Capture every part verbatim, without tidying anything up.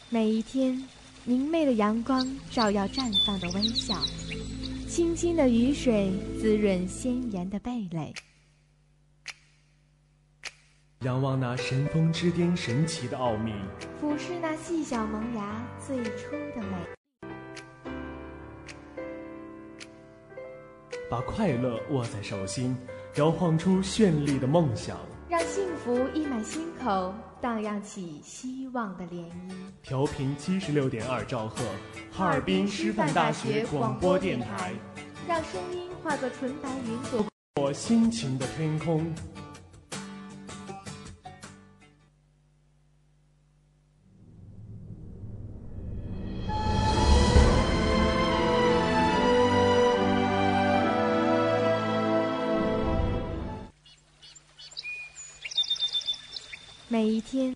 每一天，明媚的阳光照耀绽放的微笑，清新的雨水滋润鲜艳的蓓蕾。 仰望那神峰之巅神奇的奥秘， 俯视那细小萌芽最初的美。 把快乐握在手心，摇晃出绚丽的梦想， 让幸福溢满心口，荡漾起希望的涟漪。 调频七十六点二兆赫，哈尔滨师范大学广播电台， 让声音化作纯白云朵， 我心情的天空。 每一天，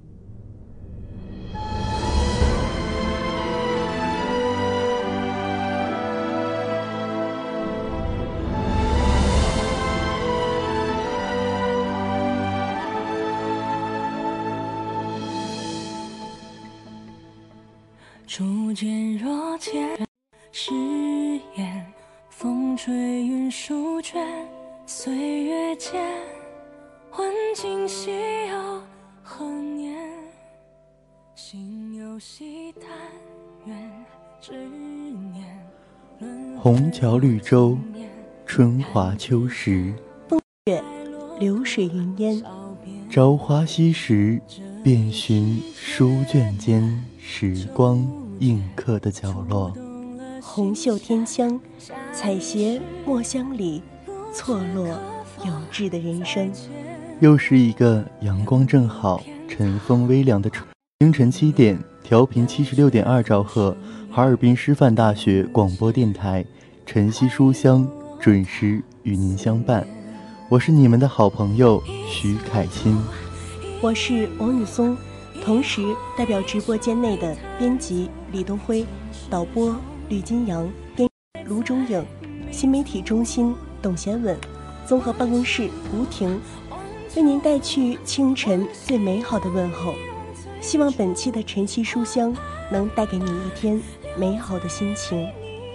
初见若见誓言，风吹云舒卷，岁月间问今夕又何年？心有惜但愿只念红桥绿洲，春华秋实， 风月流水云烟， 朝花夕拾，遍寻书卷间时光印刻的角落。 红袖添香，采撷墨香里错落有致的人生。 又是一个阳光正好、晨风微凉的清晨七点，调频七十六点二兆赫，哈尔滨师范大学广播电台，晨曦书香准时与您相伴。我是你们的好朋友徐凯欣， 我是王宇松，同时代表直播间内的编辑李东辉、导播吕金阳、编卢中颖、新媒体中心董贤稳、综合办公室吴婷，为您带去清晨最美好的问候。希望本期的晨曦书香能带给你一天美好的心情。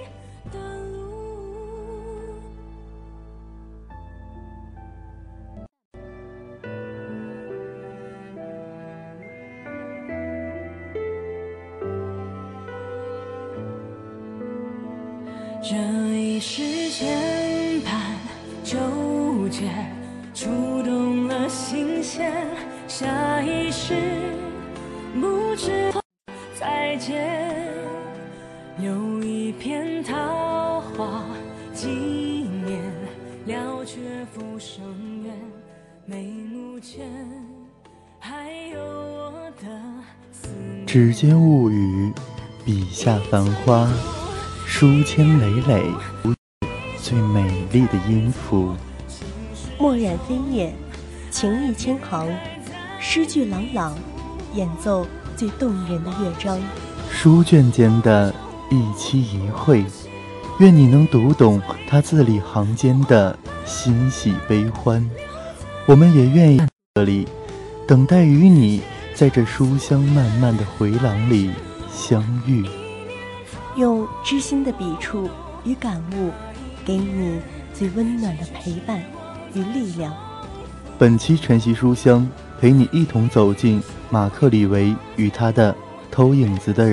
这一世间盼纠结，触动了心弦，下一世不知再见，留一片桃花纪念，了却浮生缘，眉目间还有我的思念。 指尖物语，笔下繁花，书签累累，最美丽的音符。 墨染飞叶，情意千行，诗句朗朗，演奏最动人的乐章。 书卷间的一期一会，愿你能读懂他字里行间的欣喜悲欢。我们也愿意在这里等待与你在这书香漫漫的回廊里相遇， 用知心的笔触与感悟，给你最温暖的陪伴与力量。 本期晨曦书香，陪你一同走进马克·李维与他的偷影子的人。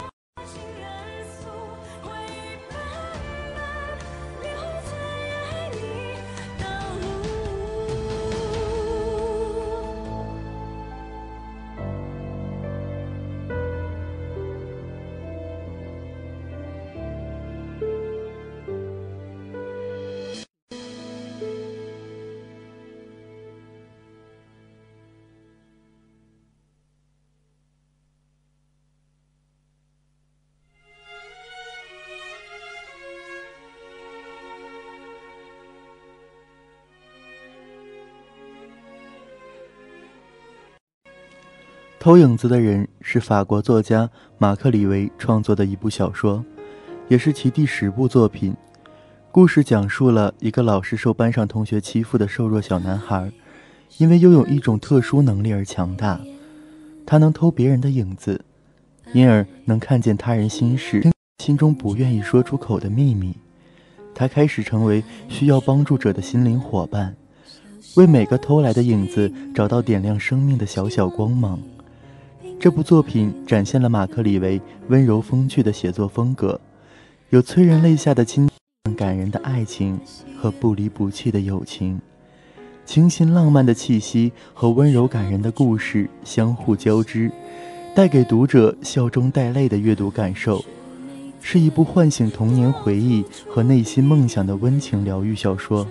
偷影子的人是法国作家马克·李维创作的一部小说，也是其第十部作品。故事讲述了一个老是受班上同学欺负的瘦弱小男孩，因为拥有一种特殊能力而强大，他能偷别人的影子， 因而能看见他人心事，心中不愿意说出口的秘密。他开始成为需要帮助者的心灵伙伴，为每个偷来的影子找到点亮生命的小小光芒。这部作品展现了马克·李维温柔风趣的写作风格，有催人泪下的亲情、感人的爱情和不离不弃的友情，清新浪漫的气息和温柔感人的故事相互交织，带给读者笑中带泪的阅读感受，是一部唤醒童年回忆和内心梦想的温情疗愈小说。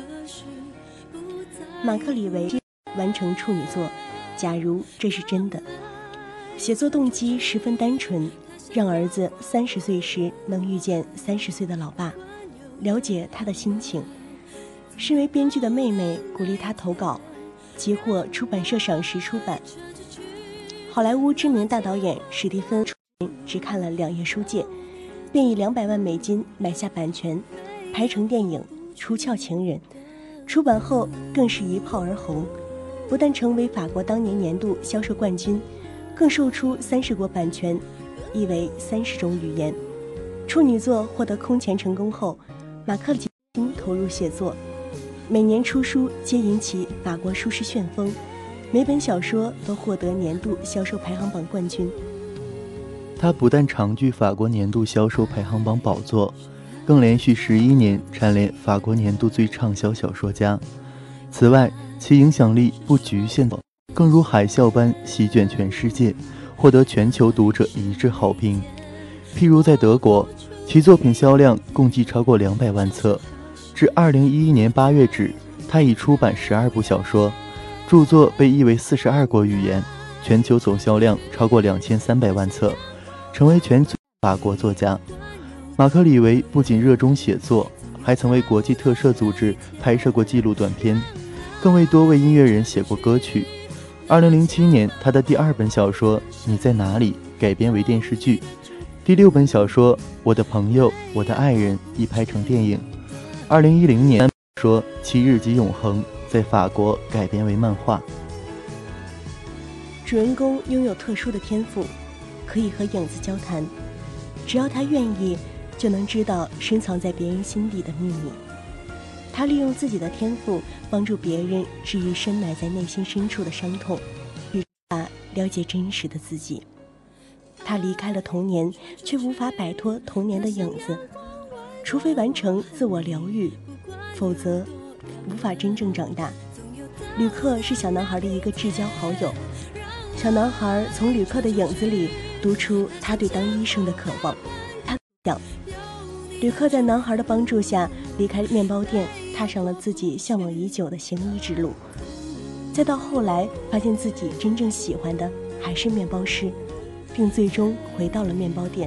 马克·李维完成处女作《假如这是真的》，写作动机十分单纯，让儿子三十岁时能遇见三十岁的老爸，了解他的心情。身为编剧的妹妹鼓励他投稿，即获出版社赏识出版。好莱坞知名大导演史蒂芬只看了两页书介，便以两百万美金买下版权，拍成电影《出鞘情人》，出版后更是一炮而红，不但成为法国当年年度销售冠军，更售出三十国版权，译为三十种语言。处女作获得空前成功后，马克几心投入写作，每年出书皆引起法国书市旋风，每本小说都获得年度销售排行榜冠军。 他不但长居法国年度销售排行榜宝座，更连续十一年蝉联法国年度最畅销小说家。此外，其影响力不局限，更如海啸般席卷全世界，获得全球读者一致好评。譬如在德国，其作品销量共计超过两百万册。至二零一一年八月止，他已出版十二部小说，著作被译为四十二国语言，全球总销量超过两千三百万册，成为全球法国作家。马克·李维不仅热衷写作，还曾为国际特摄组织拍摄过纪录短片，更为多位音乐人写过歌曲。二零零七年，他的第二本小说《你在哪里》改编为电视剧，第六本小说《我的朋友，我的爱人》亦拍成电影。二零一零年，说《七日即永恒》在法国改编为漫画。 主人公拥有特殊的天赋，可以和影子交谈，只要他愿意，就能知道深藏在别人心底的秘密。他利用自己的天赋，帮助别人治愈深埋在内心深处的伤痛，与他了解真实的自己。他离开了童年，却无法摆脱童年的影子，除非完成自我疗愈，否则无法真正长大。吕克是小男孩的一个至交好友，小男孩从吕克的影子里读出他对当医生的渴望。他想，吕克在男孩的帮助下离开面包店，踏上了自己向往已久的行医之路。再到后来，发现自己真正喜欢的还是面包师，并最终回到了面包店。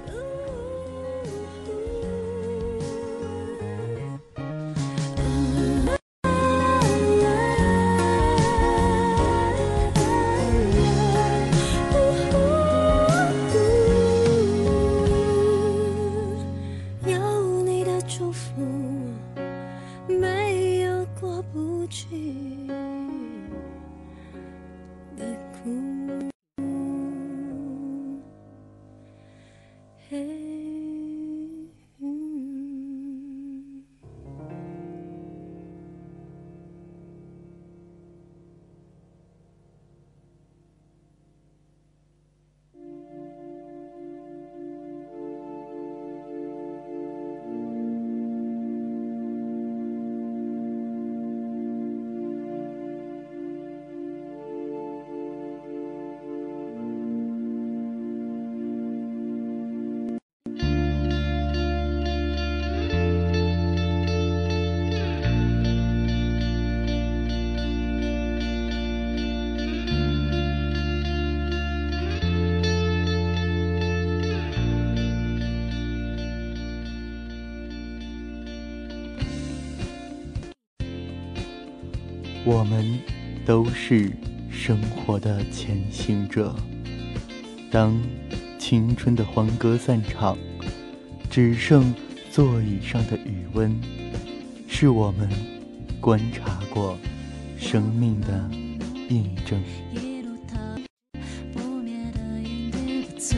我们都是生活的前行者，当青春的欢歌散场，只剩座椅上的余温，是我们观察过生命的印证。 一路踏不灭的云底不走，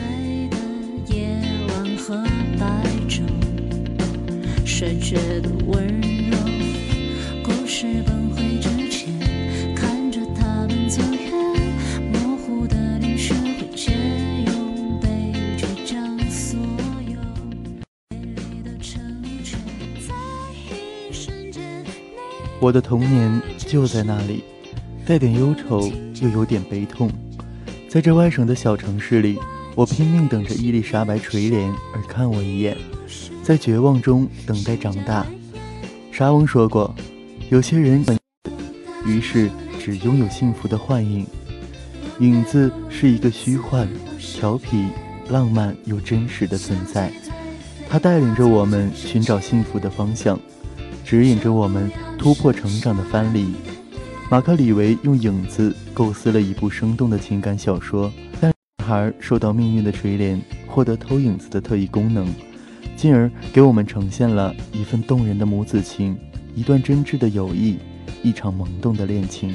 和白昼，谁觉得温柔？故事奔回之前，看着他们走远，模糊的脸学会借用悲剧将所有美丽的成全，在一瞬间。 我的童年就在那里，带点忧愁，又有点悲痛。在这外省的小城市里，我拼命等着伊丽莎白垂怜而看我一眼，在绝望中等待长大。莎翁说过，有些人于是只拥有幸福的幻影。影子是一个虚幻、调皮、浪漫又真实的存在，它带领着我们寻找幸福的方向，指引着我们突破成长的藩篱。马克·李维用影子构思了一部生动的情感小说，但男孩受到命运的垂怜，获得偷影子的特异功能，进而给我们呈现了一份动人的母子情，一段真挚的友谊，一场萌动的恋情。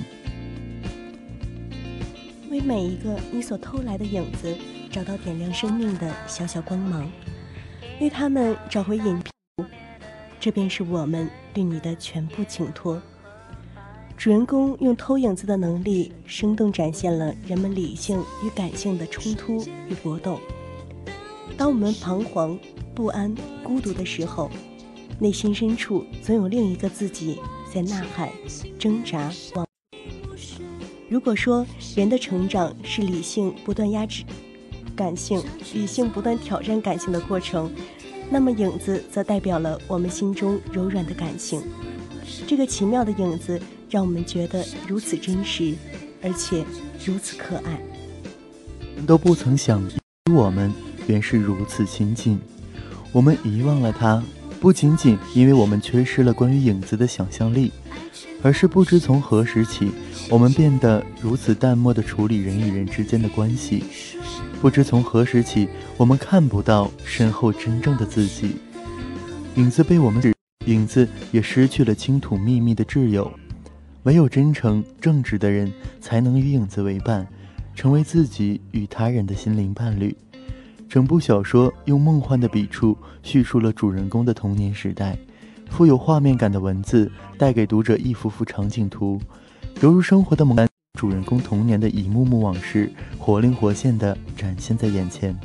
为每一个你所偷来的影子找到点亮生命的小小光芒，为他们找回隐蔽，这便是我们对你的全部请托。主人公用偷影子的能力，生动展现了人们理性与感性的冲突与搏斗。当我们彷徨、不安、孤独的时候，内心深处总有另一个自己在呐喊、挣扎、往。如果说人的成长是理性不断压制感性，理性不断挑战感性的过程，那么影子则代表了我们心中柔软的感性。这个奇妙的影子让我们觉得如此真实，而且如此可爱。 人都不曾想，我们原是如此亲近。我们遗忘了它，不仅仅因为我们缺失了关于影子的想象力，而是不知从何时起，我们变得如此淡漠地处理人与人之间的关系。不知从何时起，我们看不到身后真正的自己。影子被我们影子也失去了倾吐秘密的挚友。唯有真诚正直的人才能与影子为伴，成为自己与他人的心灵伴侣。整部小说用梦幻的笔触叙述了主人公的童年时代，富有画面感的文字带给读者一幅幅场景图，犹如生活的猛男，主人公童年的一幕幕往事活灵活现地展现在眼前。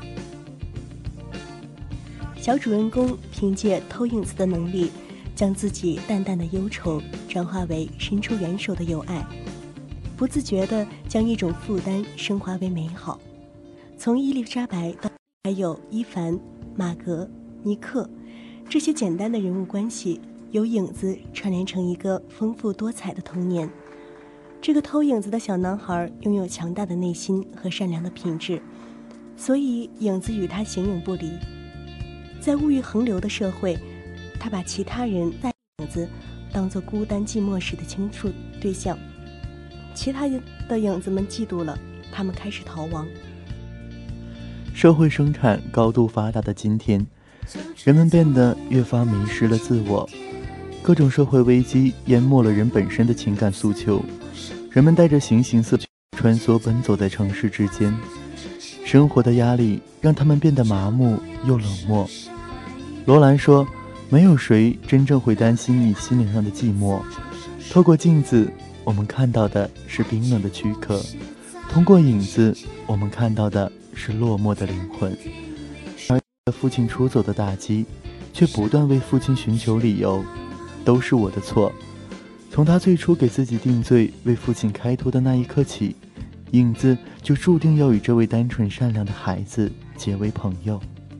小主人公凭借偷影子的能力，将自己淡淡的忧愁转化为伸出援手的友爱，不自觉地将一种负担升华为美好。从伊丽莎白到还有伊凡、马格、尼克，这些简单的人物关系由影子串联成一个丰富多彩的童年。这个偷影子的小男孩拥有强大的内心和善良的品质，所以影子与他形影不离。在物欲横流的社会，他把其他人带影子当作孤单寂寞时的倾诉对象，其他的影子们嫉妒了，他们开始逃亡。 社会生产高度发达的今天，人们变得越发迷失了自我，各种社会危机淹没了人本身的情感诉求，人们带着形形色色穿梭奔走在城市之间，生活的压力让他们变得麻木又冷漠。罗兰说，没有谁真正会担心你心灵上的寂寞。透过镜子，我们看到的是冰冷的躯壳；通过影子，我们看到的是落寞的灵魂。而父亲出走的打击，却不断为父亲寻求理由，都是我的错。从他最初给自己定罪，为父亲开脱的那一刻起，影子就注定要与这位单纯善良的孩子结为朋友。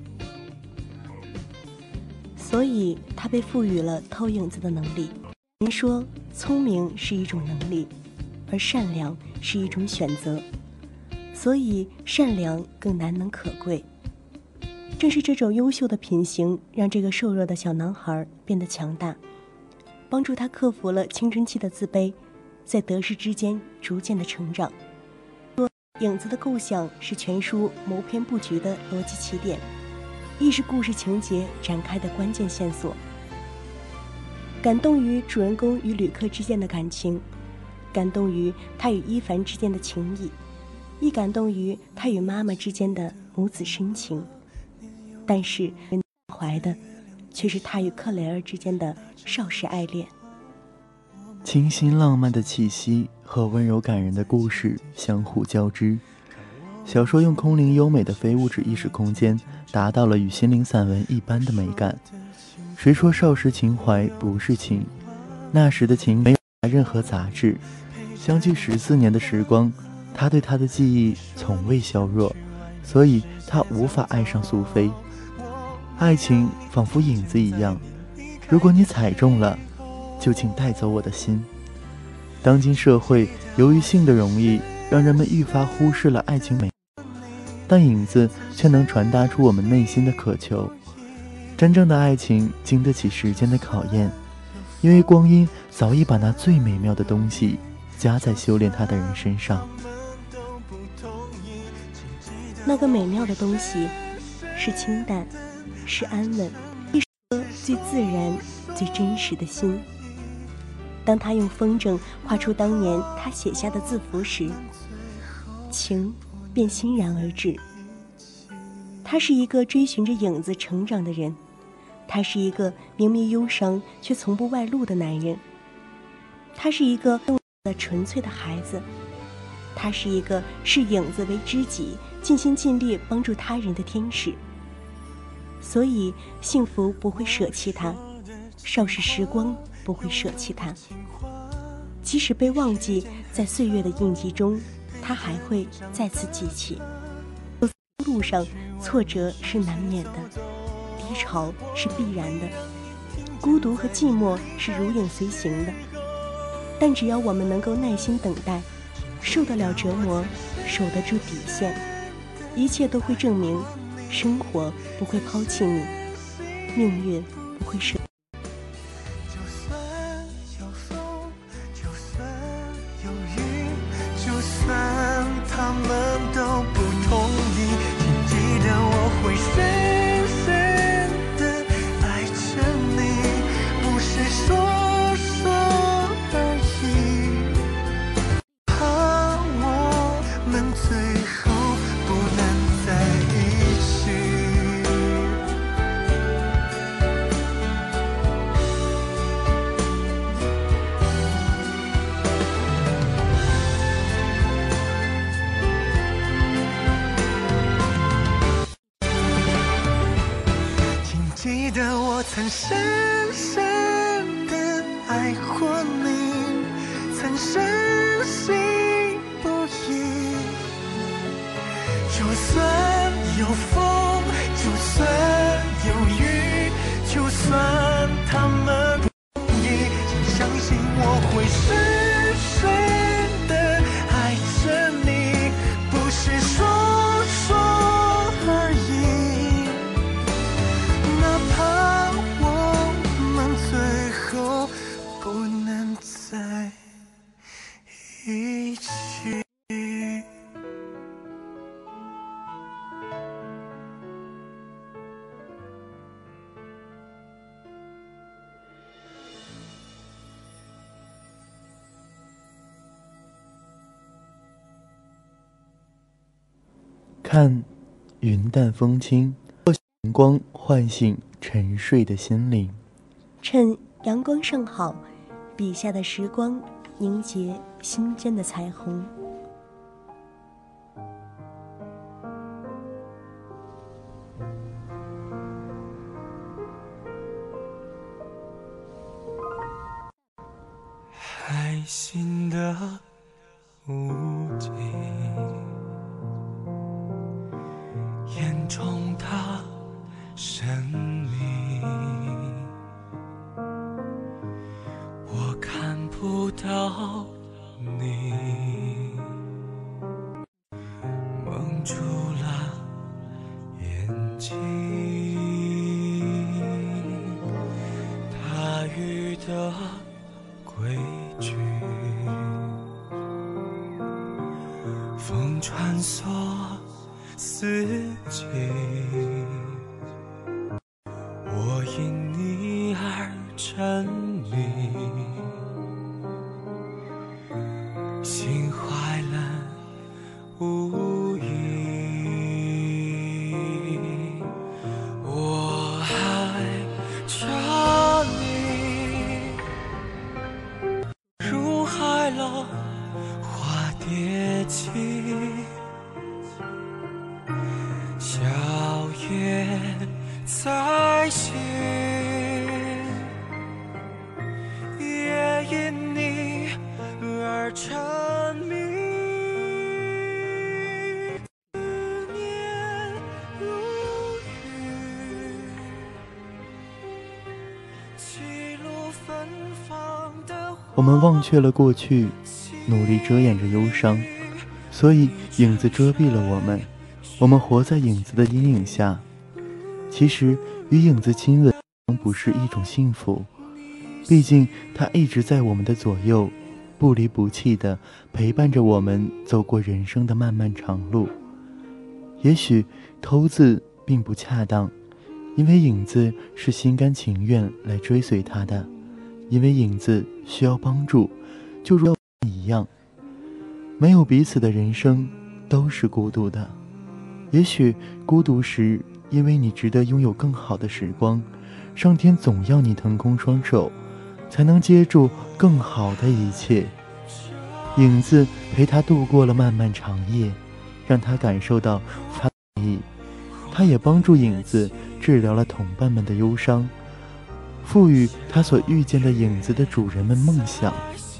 所以他被赋予了偷影子的能力。人说聪明是一种能力，而善良是一种选择，所以善良更难能可贵。正是这种优秀的品行，让这个瘦弱的小男孩变得强大，帮助他克服了青春期的自卑，在得失之间逐渐的成长。影子的构想是全书谋篇布局的逻辑起点，亦是故事情节展开的关键线索。感动于主人公与旅客之间的感情，感动于他与伊凡之间的情谊，亦感动于他与妈妈之间的母子深情。 但是怀的却是他与克雷尔之间的少时爱恋。 清新浪漫的气息和温柔感人的故事相互交织，小说用空灵优美的非物质意识空间达到了与心灵散文一般的美感。谁说少时情怀不是情？那时的情没有任何杂质，相距十四年的时光，他对他的记忆从未削弱，所以他无法爱上苏菲。爱情仿佛影子一样，如果你踩中了，就请带走我的心。当今社会由于性的容易，让人们愈发忽视了爱情美，但影子却能传达出我们内心的渴求。真正的爱情经得起时间的考验，因为光阴早已把那最美妙的东西加在修炼他的人身上。 那个美妙的东西是清淡，是安稳，一颗最自然最真实的心。当他用风筝画出当年他写下的字符时，情便欣然而至。他是一个追寻着影子成长的人，他是一个明明忧伤却从不外露的男人，他是一个纯粹的孩子，他是一个视影子为知己，尽心尽力帮助他人的天使。所以幸福不会舍弃他，少时时光不会舍弃他，即使被忘记，在岁月的印记中，他还会再次记起。路上挫折是难免的，低潮是必然的，孤独和寂寞是如影随形的，但只要我们能够耐心等待，受得了折磨，守得住底线，一切都会证明生活不会抛弃你，命运不会舍。 就算有风，就算有雨，就算他们都不同意，请记得我会深深地爱着你，不是说说而已，怕我们最后不能在一起。记得我曾深深地爱过你，曾深信不疑，就算有风，就算有雨，就算他们不同意，请相信我会深深地爱着你，不是说说而已，哪怕我们最后不能在一起。 看，云淡风轻，阳光唤醒沉睡的心灵。 趁阳光尚好，笔下的时光凝结心间的彩虹。 海心的无尽，眼中的生命，我看不到你，蒙住了眼睛，大雨的规矩，风穿梭四季，我因你而沉迷，心怀了无意， 起，小月在斜，也因你而沉迷。思念如雨，记录芬芳的。 我们忘却了过去，努力遮掩着忧伤，所以影子遮蔽了我们。我们活在影子的阴影下。其实与影子亲吻不是一种幸福，毕竟它一直在我们的左右，不离不弃地陪伴着我们走过人生的漫漫长路。也许偷字并不恰当，因为影子是心甘情愿来追随他的，因为影子需要帮助，就如一样。没有彼此的人生都是孤独的，也许孤独时，因为你值得拥有更好的时光，上天总要你腾空双手，才能接住更好的一切。影子陪他度过了漫漫长夜，让他感受到他的意义。他也帮助影子治疗了同伴们的忧伤，赋予他所遇见的影子的主人们梦想。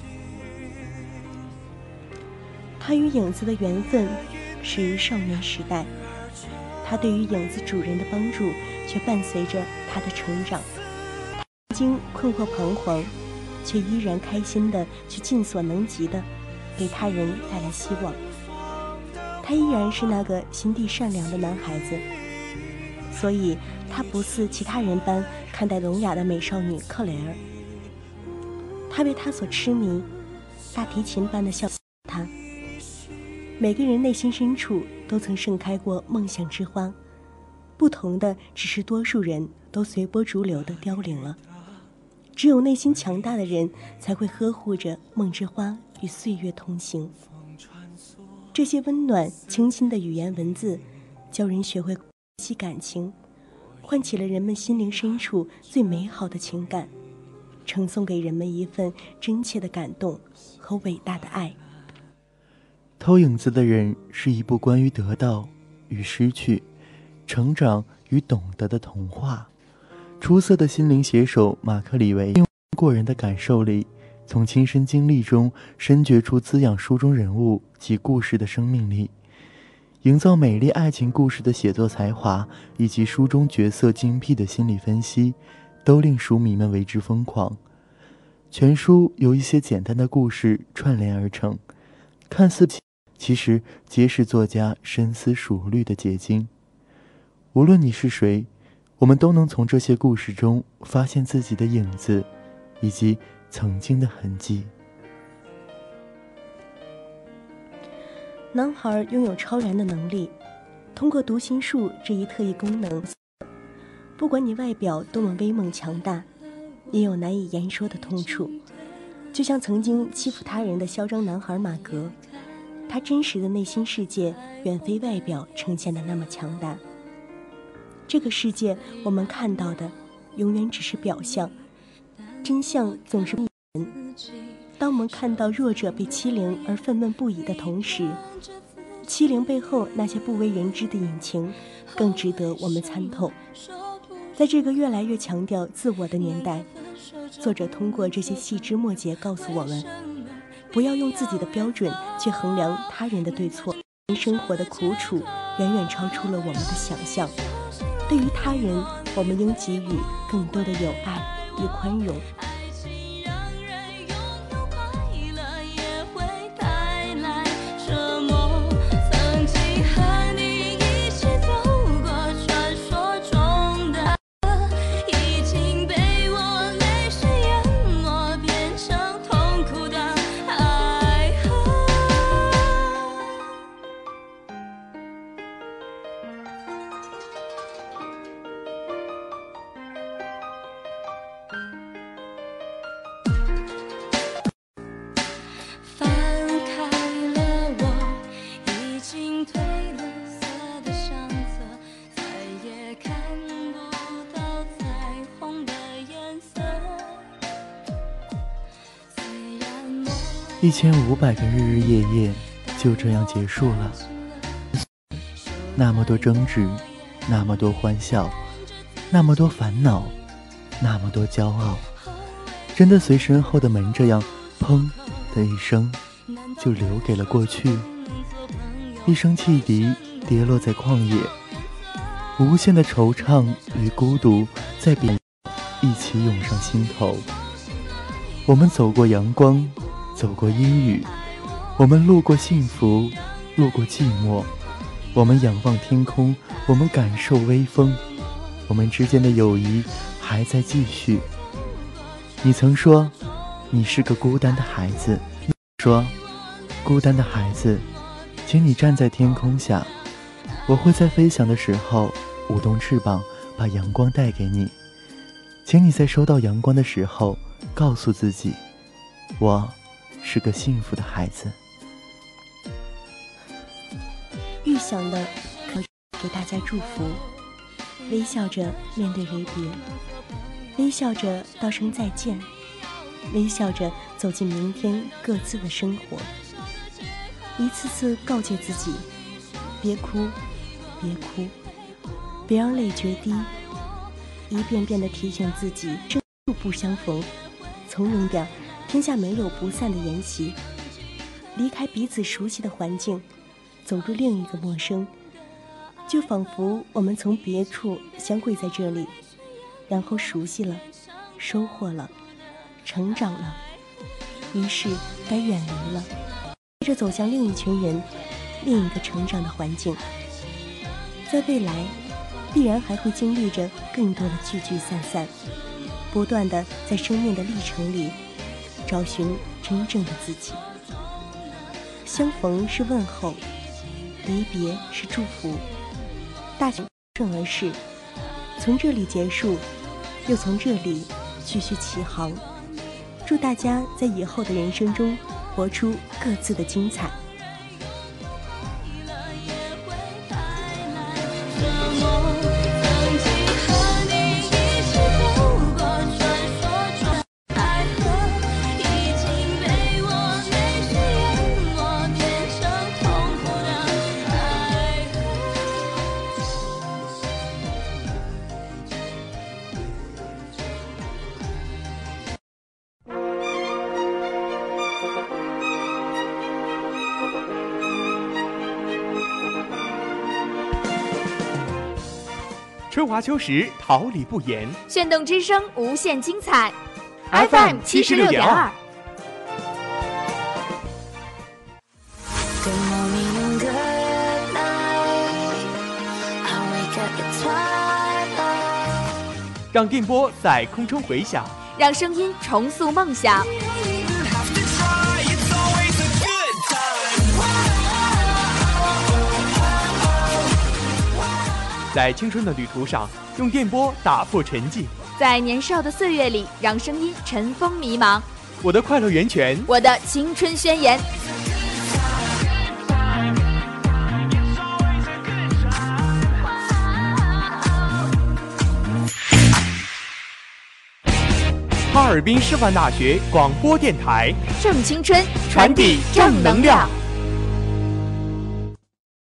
他与影子的缘分始于少年时代，他对于影子主人的帮助却伴随着他的成长。他曾经困惑彷徨，却依然开心地去尽所能及的给他人带来希望。他依然是那个心地善良的男孩子，所以他不似其他人般看待聋哑的美少女克雷尔。他为她所痴迷，大提琴般的笑他。每个人内心深处都曾盛开过梦想之花，不同的只是多数人都随波逐流地凋零了。只有内心强大的人才会呵护着梦之花与岁月同行。这些温暖清新的语言文字，教人学会珍惜感情，唤起了人们心灵深处最美好的情感，呈送给人们一份真切的感动和伟大的爱。 偷影子的人是一部关于得到与失去、成长与懂得的童话。出色的心灵写手马克·李维用过人的感受力，从亲身经历中深掘出滋养书中人物及故事的生命力，营造美丽爱情故事的写作才华，以及书中角色精辟的心理分析，都令书迷们为之疯狂。全书由一些简单的故事串联而成，看似其实皆是作家深思熟虑的结晶。无论你是谁，我们都能从这些故事中发现自己的影子，以及曾经的痕迹。 男孩拥有超然的能力，通过读心术这一特异功能，不管你外表多么威猛强大，也有难以言说的痛处。就像曾经欺负他人的嚣张男孩马格，他真实的内心世界远非外表呈现的那么强大。这个世界我们看到的永远只是表象，真相总是不人。当我们看到弱者被欺凌而愤懑不已的同时，欺凌背后那些不为人知的隐情更值得我们参透。在这个越来越强调自我的年代，作者通过这些细枝末节告诉我们，不要用自己的标准去衡量他人的对错。生活的苦楚远远超出了我们的想象，对于他人，我们应给予更多的友爱与宽容。 一千五百个日日夜夜， 就这样结束了。那么多争执，那么多欢笑，那么多烦恼，那么多骄傲，真的随身后的门这样砰的一声就流给了过去。一声汽笛跌落在旷野，无限的惆怅与孤独在彼一起涌上心头。我们走过阳光，走过阴雨，我们路过幸福，路过寂寞，我们仰望天空，我们感受微风，我们之间的友谊还在继续。你曾说你是个孤单的孩子，说孤单的孩子，请你站在天空下，我会在飞翔的时候舞动翅膀，把阳光带给你。请你在收到阳光的时候告诉自己，我是个幸福的孩子。 预想的给大家祝福，微笑着面对离别，微笑着道声再见，微笑着走进明天各自的生活，一次次告诫自己，别哭别哭，别让泪决堤，一遍遍地提醒自己，生路不相逢，从容点，天下没有不散的筵席。离开彼此熟悉的环境，走入另一个陌生，就仿佛我们从别处相会在这里，然后熟悉了，收获了，成长了，于是该远离了，接着走向另一群人，另一个成长的环境。在未来必然还会经历着更多的聚聚散散，不断的在生命的历程里找寻真正的自己。相逢是问候，离别是祝福，大行顺而逝，从这里结束，又从这里继续起航。祝大家在以后的人生中活出各自的精彩。 春华秋实，桃李不言。 炫动之声，无限精彩。 F M 七十六点二。让电波在空中回响， 让声音重塑梦想。 在青春的旅途上，用电波打破沉寂； 在年少的岁月里，让声音尘封迷茫。 我的快乐源泉， 我的青春宣言。 哈尔滨师范大学广播电台， 正青春， 传递正能量。